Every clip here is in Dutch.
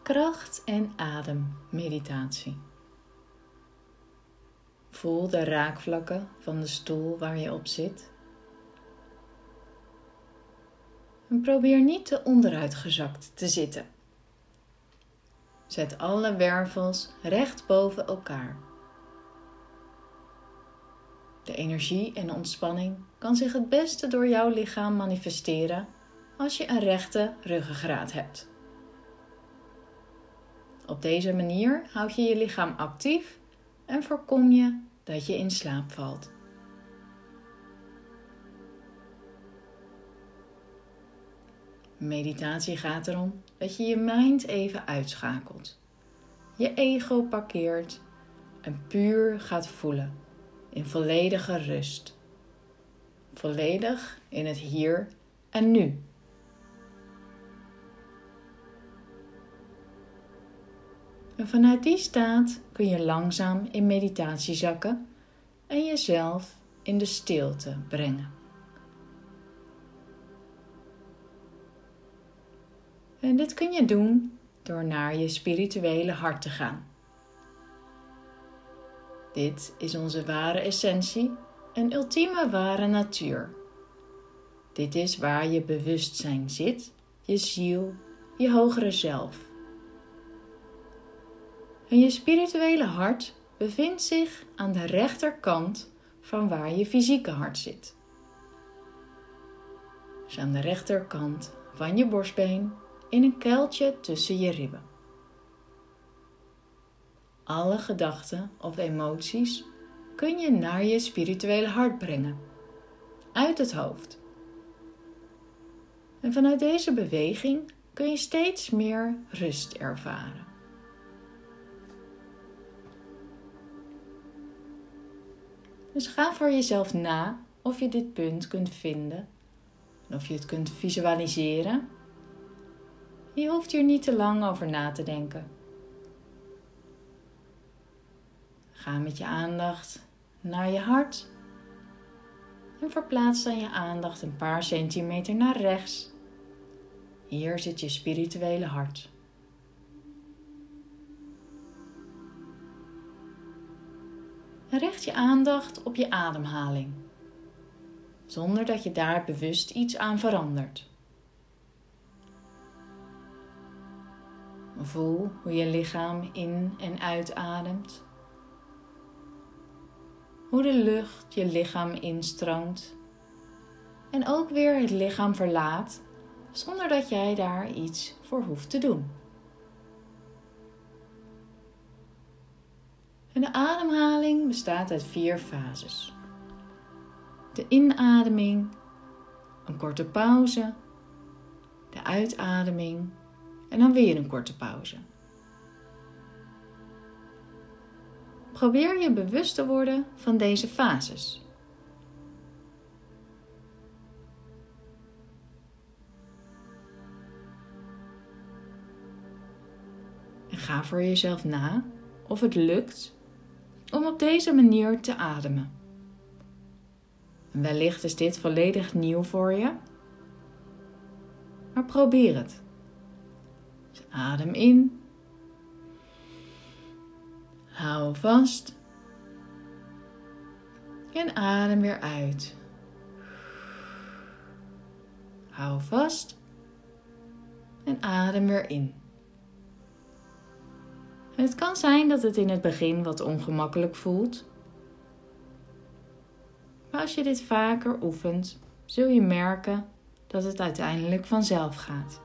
kracht- en ademmeditatie. Voel de raakvlakken van de stoel waar je op zit. En probeer niet te onderuitgezakt te zitten. Zet alle wervels recht boven elkaar. De energie en ontspanning kan zich het beste door jouw lichaam manifesteren als je een rechte ruggengraat hebt. Op deze manier houd je je lichaam actief en voorkom je dat je in slaap valt. Meditatie gaat erom dat je je mind even uitschakelt. Je ego parkeert en puur gaat voelen in volledige rust. Volledig in het hier en nu. En vanuit die staat kun je langzaam in meditatie zakken en jezelf in de stilte brengen. En dit kun je doen door naar je spirituele hart te gaan. Dit is onze ware essentie en ultieme ware natuur. Dit is waar je bewustzijn zit, je ziel, je hogere zelf. En je spirituele hart bevindt zich aan de rechterkant van waar je fysieke hart zit. Dus aan de rechterkant van je borstbeen in een kuiltje tussen je ribben. Alle gedachten of emoties kun je naar je spirituele hart brengen, uit het hoofd. En vanuit deze beweging kun je steeds meer rust ervaren. Dus ga voor jezelf na of je dit punt kunt vinden en of je het kunt visualiseren. Je hoeft hier niet te lang over na te denken. Ga met je aandacht naar je hart en verplaats dan je aandacht een paar centimeter naar rechts. Hier zit je spirituele hart. En richt je aandacht op je ademhaling, zonder dat je daar bewust iets aan verandert. Voel hoe je lichaam in- en uitademt. Hoe de lucht je lichaam instroomt en ook weer het lichaam verlaat, zonder dat jij daar iets voor hoeft te doen. En de ademhaling bestaat uit 4 fases. De inademing, een korte pauze, de uitademing en dan weer een korte pauze. Probeer je bewust te worden van deze fases. En ga voor jezelf na of het lukt om op deze manier te ademen. En wellicht is dit volledig nieuw voor je, maar probeer het. Dus adem in. Hou vast. En adem weer uit. Hou vast. En adem weer in. En het kan zijn dat het in het begin wat ongemakkelijk voelt. Maar als je dit vaker oefent, zul je merken dat het uiteindelijk vanzelf gaat.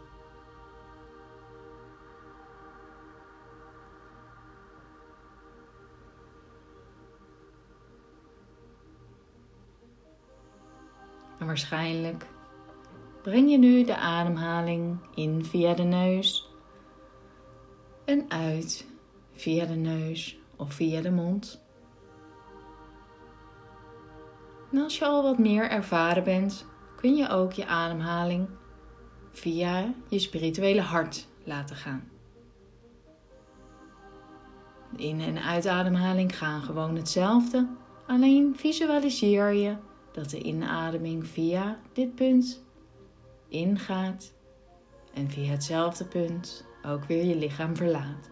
En waarschijnlijk breng je nu de ademhaling in via de neus en uit via de neus of via de mond. En als je al wat meer ervaren bent, kun je ook je ademhaling via je spirituele hart laten gaan. De in- en uitademhaling gaan gewoon hetzelfde, alleen visualiseer je dat de inademing via dit punt ingaat en via hetzelfde punt ook weer je lichaam verlaat.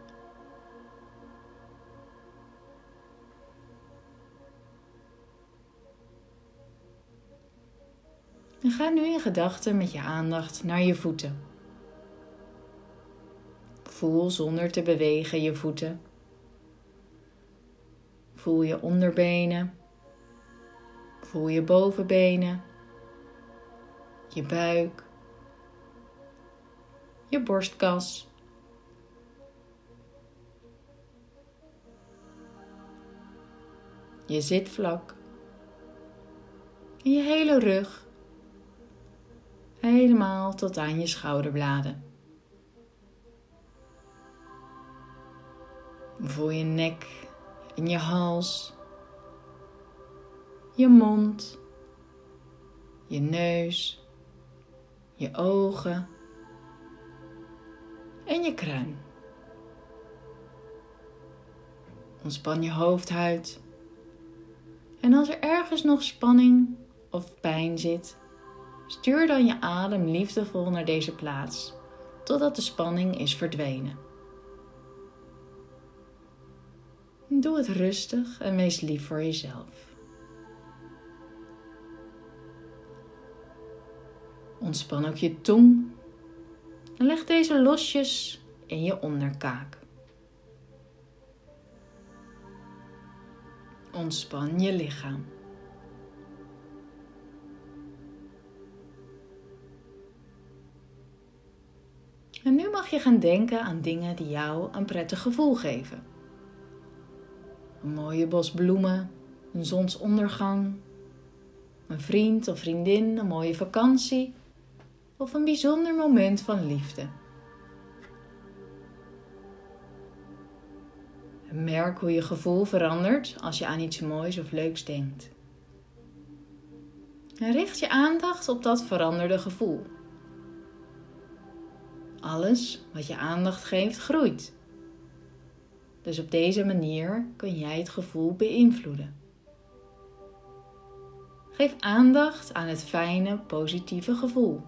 En ga nu in gedachten met je aandacht naar je voeten. Voel zonder te bewegen je voeten. Voel je onderbenen. Voel je bovenbenen. Je buik. Je borstkas. Je zitvlak. En je hele rug. Helemaal tot aan je schouderbladen. Voel je nek en je hals. Je mond. Je neus. Je ogen. En je kruin. Ontspan je hoofdhuid. En als er ergens nog spanning of pijn zit, stuur dan je adem liefdevol naar deze plaats, totdat de spanning is verdwenen. Doe het rustig en wees lief voor jezelf. Ontspan ook je tong en leg deze losjes in je onderkaak. Ontspan je lichaam. En nu mag je gaan denken aan dingen die jou een prettig gevoel geven. Een mooie bos bloemen, een zonsondergang, een vriend of vriendin, een mooie vakantie of een bijzonder moment van liefde. En merk hoe je gevoel verandert als je aan iets moois of leuks denkt. En richt je aandacht op dat veranderde gevoel. Alles wat je aandacht geeft, groeit. Dus op deze manier kun jij het gevoel beïnvloeden. Geef aandacht aan het fijne, positieve gevoel.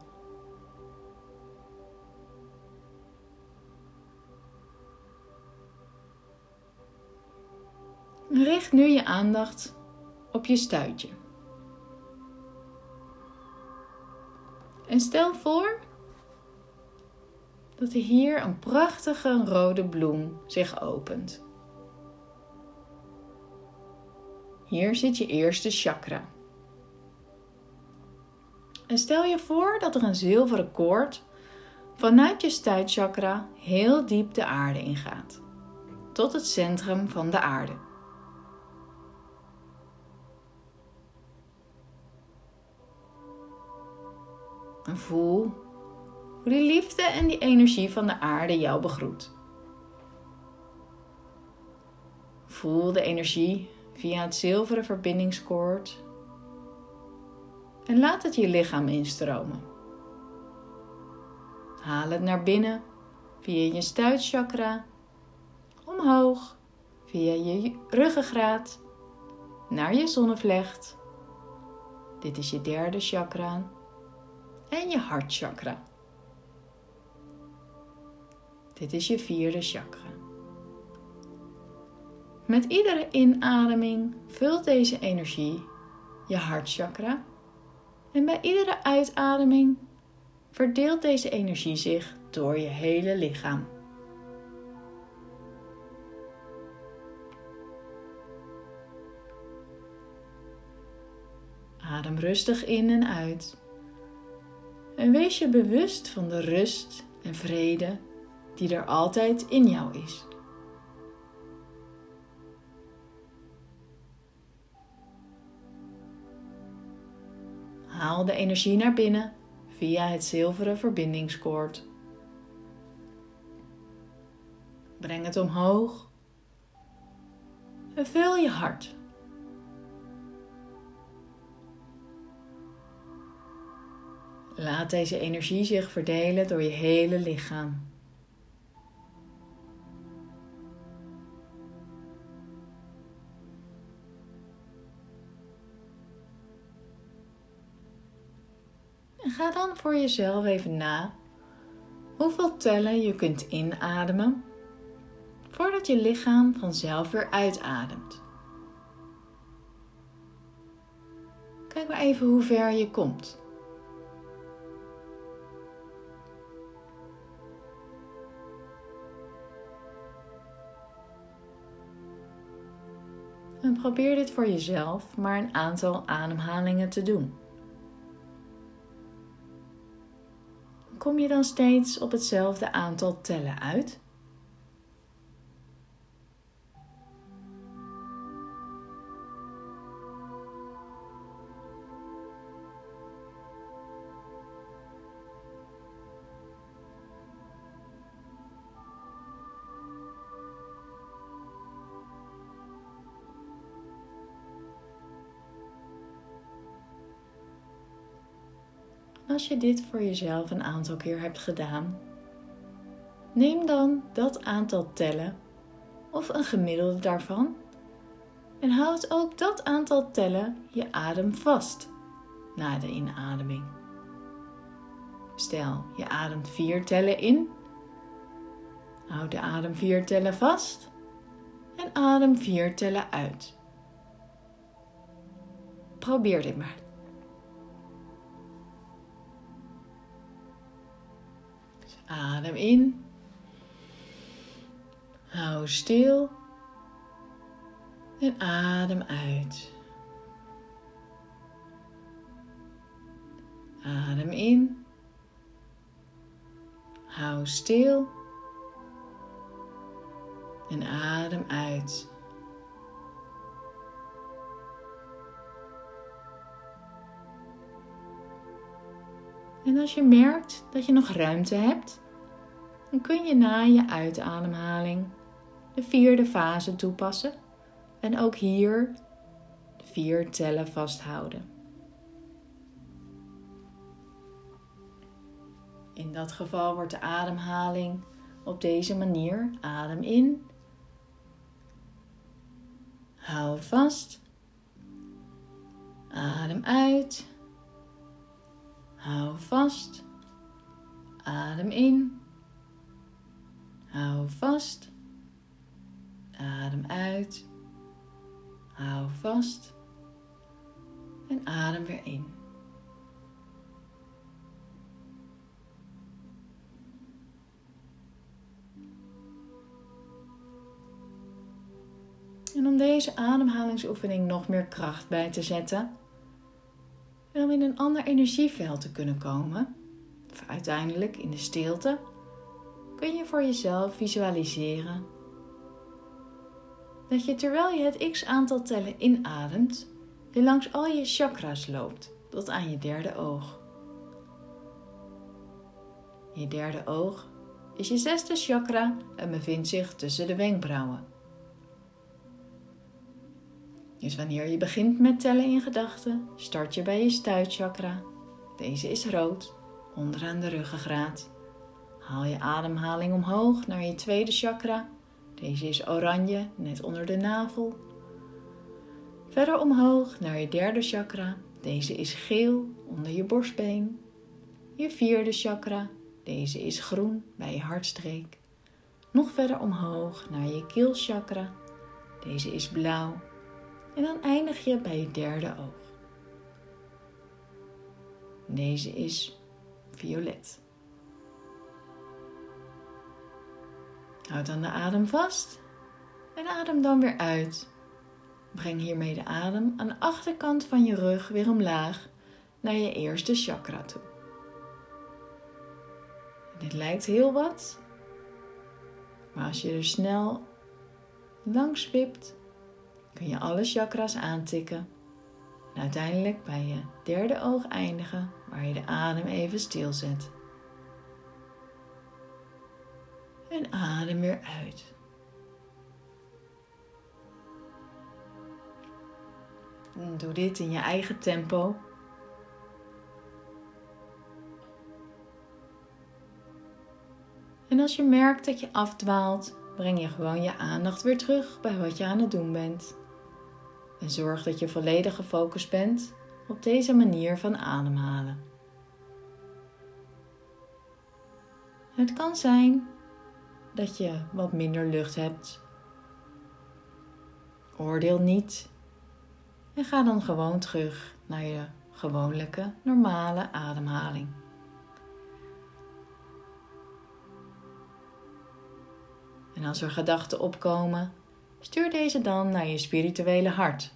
Richt nu je aandacht op je stuitje. En stel voor dat er hier een prachtige rode bloem zich opent. Hier zit je eerste chakra. En stel je voor dat er een zilveren koord vanuit je stuitchakra heel diep de aarde ingaat, tot het centrum van de aarde. En voel hoe die liefde en die energie van de aarde jou begroet. Voel de energie via het zilveren verbindingskoord en laat het je lichaam instromen. Haal het naar binnen via je stuitchakra, omhoog via je ruggengraat, naar je zonnevlecht. Dit is je derde chakra en je hartchakra. Dit is je vierde chakra. Met iedere inademing vult deze energie je hartchakra en bij iedere uitademing verdeelt deze energie zich door je hele lichaam. Adem rustig in en uit en wees je bewust van de rust en vrede die er altijd in jou is. Haal de energie naar binnen via het zilveren verbindingskoord. Breng het omhoog en vul je hart. Laat deze energie zich verdelen door je hele lichaam. En ga dan voor jezelf even na hoeveel tellen je kunt inademen voordat je lichaam vanzelf weer uitademt. Kijk maar even hoe ver je komt. En probeer dit voor jezelf maar een aantal ademhalingen te doen. Kom je dan steeds op hetzelfde aantal tellen uit? Als je dit voor jezelf een aantal keer hebt gedaan, neem dan dat aantal tellen of een gemiddelde daarvan en houd ook dat aantal tellen je adem vast na de inademing. Stel, je ademt 4 tellen in, houd de adem 4 tellen vast en adem 4 tellen uit. Probeer dit maar. Adem in, hou stil en adem uit. Adem in, hou stil en adem uit. En als je merkt dat je nog ruimte hebt, dan kun je na je uitademhaling de 4e fase toepassen en ook hier de 4 tellen vasthouden. In dat geval wordt de ademhaling op deze manier: adem in, hou vast, adem uit, hou vast, adem in, hou vast, adem uit, hou vast en adem weer in. En om deze ademhalingsoefening nog meer kracht bij te zetten en om in een ander energieveld te kunnen komen, of uiteindelijk in de stilte, kun je voor jezelf visualiseren dat je terwijl je het x-aantal tellen inademt, weer langs al je chakra's loopt tot aan je 3e oog. Je 3e oog is je 6e chakra en bevindt zich tussen de wenkbrauwen. Dus wanneer je begint met tellen in gedachten, start je bij je stuitchakra. Deze is rood, onderaan de ruggengraat. Haal je ademhaling omhoog naar je 2e chakra. Deze is oranje, net onder de navel. Verder omhoog naar je 3e chakra. Deze is geel, onder je borstbeen. Je 4e chakra. Deze is groen, bij je hartstreek. Nog verder omhoog naar je keelchakra. Deze is blauw. En dan eindig je bij je 3e oog. Deze is violet. Houd dan de adem vast en adem dan weer uit. Breng hiermee de adem aan de achterkant van je rug weer omlaag naar je 1e chakra toe. Dit lijkt heel wat, maar als je er snel langs wipt, kun je alle chakra's aantikken en uiteindelijk bij je 3e oog eindigen waar je de adem even stilzet. En adem weer uit. En doe dit in je eigen tempo. En als je merkt dat je afdwaalt, breng je gewoon je aandacht weer terug bij wat je aan het doen bent. En zorg dat je volledig gefocust bent op deze manier van ademhalen. Het kan zijn dat je wat minder lucht hebt. Oordeel niet en ga dan gewoon terug naar je gewone, normale ademhaling. En als er gedachten opkomen, stuur deze dan naar je spirituele hart.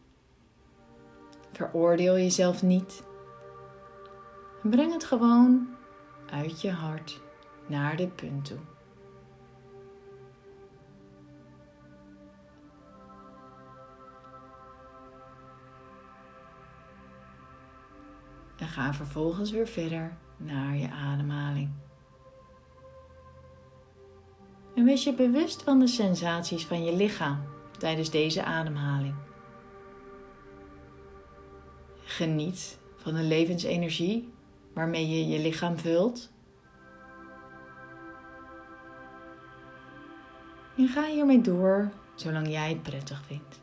Veroordeel jezelf niet. En breng het gewoon uit je hart naar dit punt toe. En ga vervolgens weer verder naar je ademhaling. En wees je bewust van de sensaties van je lichaam tijdens deze ademhaling. Geniet van de levensenergie waarmee je je lichaam vult. En ga hiermee door zolang jij het prettig vindt.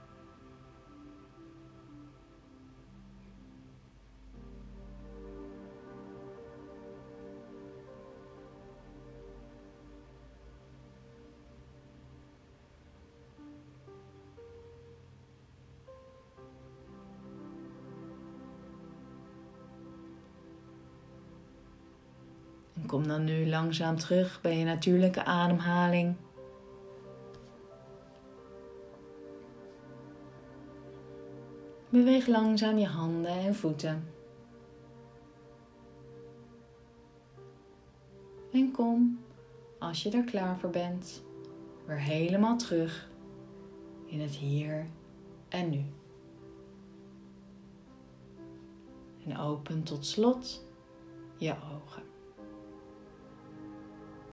En kom dan nu langzaam terug bij je natuurlijke ademhaling. Beweeg langzaam je handen en voeten. En kom, als je er klaar voor bent, weer helemaal terug in het hier en nu. En open tot slot je ogen.